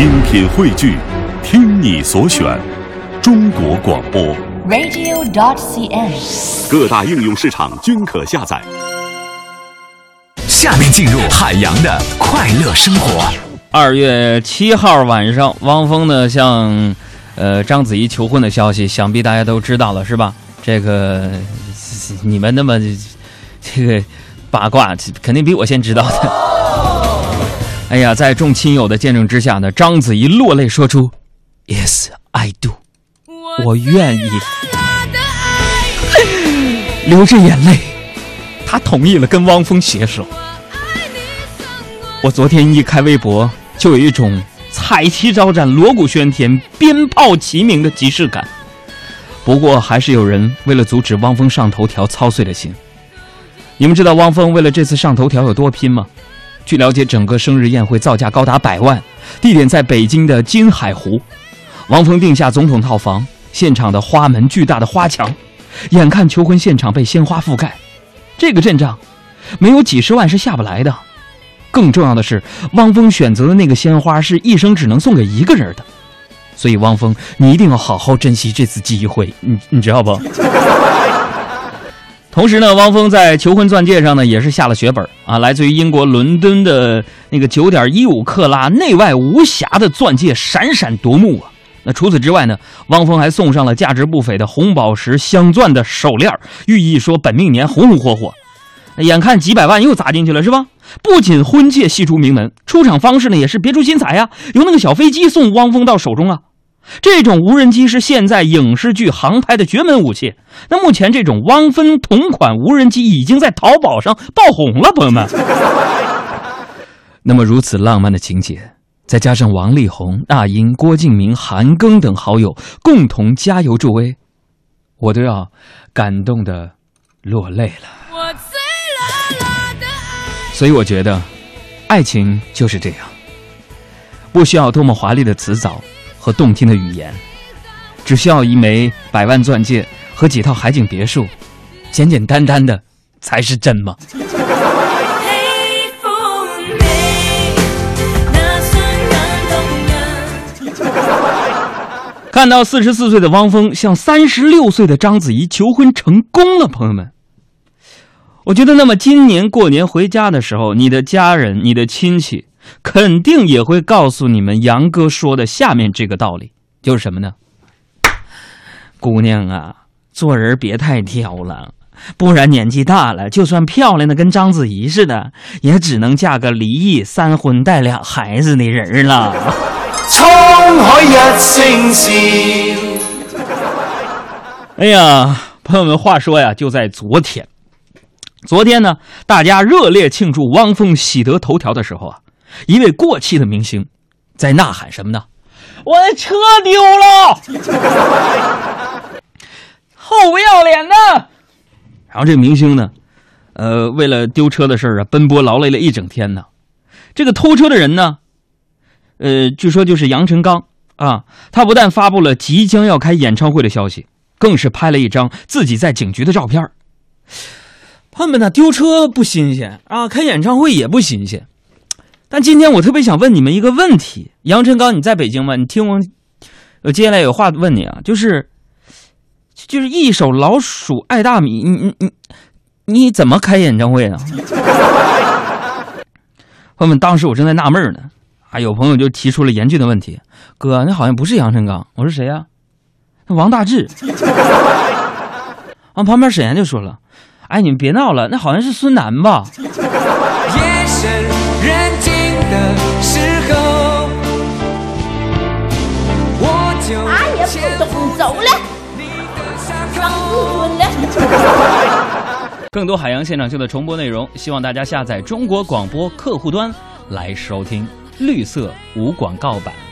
精品汇聚，听你所选，中国广播 radio.cn， 各大应用市场均可下载。 下面进入海洋的快乐生活。 2月7号晚上，汪峰呢向章子怡求婚的消息，想必大家都知道了，是吧？这个你们那么这个八卦，肯定比我先知道的。哎呀，在众亲友的见证之下呢，章子怡落泪说出 "Yes, I do"， 我愿意。流着眼泪，她同意了跟汪峰携手。我昨天一开微博，就有一种彩旗招展、锣鼓喧天、鞭炮齐鸣的即视感。不过还是有人为了阻止汪峰上头条操碎了心。你们知道汪峰为了这次上头条有多拼吗？据了解，整个生日宴会造价高达100万，地点在北京的金海湖。汪峰定下总统套房，现场的花门巨大的花墙，眼看求婚现场被鲜花覆盖，这个阵仗没有几十万是下不来的。更重要的是，汪峰选择的那个鲜花是一生只能送给一个人的，所以汪峰，你一定要好好珍惜这次机会，你知道不？同时呢，汪峰在求婚钻戒上呢也是下了血本啊，来自于英国伦敦的那个9.15克拉内外无瑕的钻戒，闪闪夺目啊。那除此之外呢，汪峰还送上了价值不菲的红宝石镶钻的手链，寓意说本命年红红火火。眼看几百万又砸进去了，是吧？不仅婚戒戏出名门，出场方式呢也是别出心裁啊，由那个小飞机送汪峰到手中啊。这种无人机是现在影视剧航拍的绝门武器。那目前这种汪峰同款无人机已经在淘宝上爆红了，朋友们。那么如此浪漫的情节，再加上王力宏、那英、郭敬明、韩庚等好友共同加油助威，我都要感动的落泪了。所以我觉得爱情就是这样，不需要多么华丽的辞藻和动听的语言，只需要一枚100万钻戒和几套海景别墅，简简单单的才是真嘛。看到44岁的汪峰向36岁的章子怡求婚成功了，朋友们，我觉得那么今年过年回家的时候，你的家人、你的亲戚肯定也会告诉你们杨哥说的下面这个道理，就是什么呢？姑娘啊，做人别太挑了，不然年纪大了，就算漂亮的跟章子怡似的，也只能嫁个离异、3婚带2孩子的人了。 滄海一聲笑。 哎呀，朋友们，话说呀，就在昨天呢，大家热烈庆祝汪峰喜得头条的时候啊，一位过气的明星在呐喊什么呢？我的车丢了，臭不要脸的！然后这个明星呢，为了丢车的事啊，奔波劳累了一整天呢。这个偷车的人呢，据说就是杨臣刚啊。他不但发布了即将要开演唱会的消息，更是拍了一张自己在警局的照片。朋友们呢，丢车不新鲜啊，开演唱会也不新鲜。但今天我特别想问你们一个问题，杨臣刚，你在北京吗？你听我接下来有话问你啊，就是一手老鼠爱大米，你怎么开演唱会呢？朋友们，当时我正在纳闷呢，有朋友就提出了严峻的问题：哥，那好像不是杨臣刚。我说谁呀？那王大治。旁边沈岩就说了：哎，你们别闹了，那好像是孙楠吧？ 夜深人静的时候，我就也不懂走了，装自尊了。 更多海洋现场秀的重播内容，希望大家下载中国广播客户端来收听，绿色无广告版。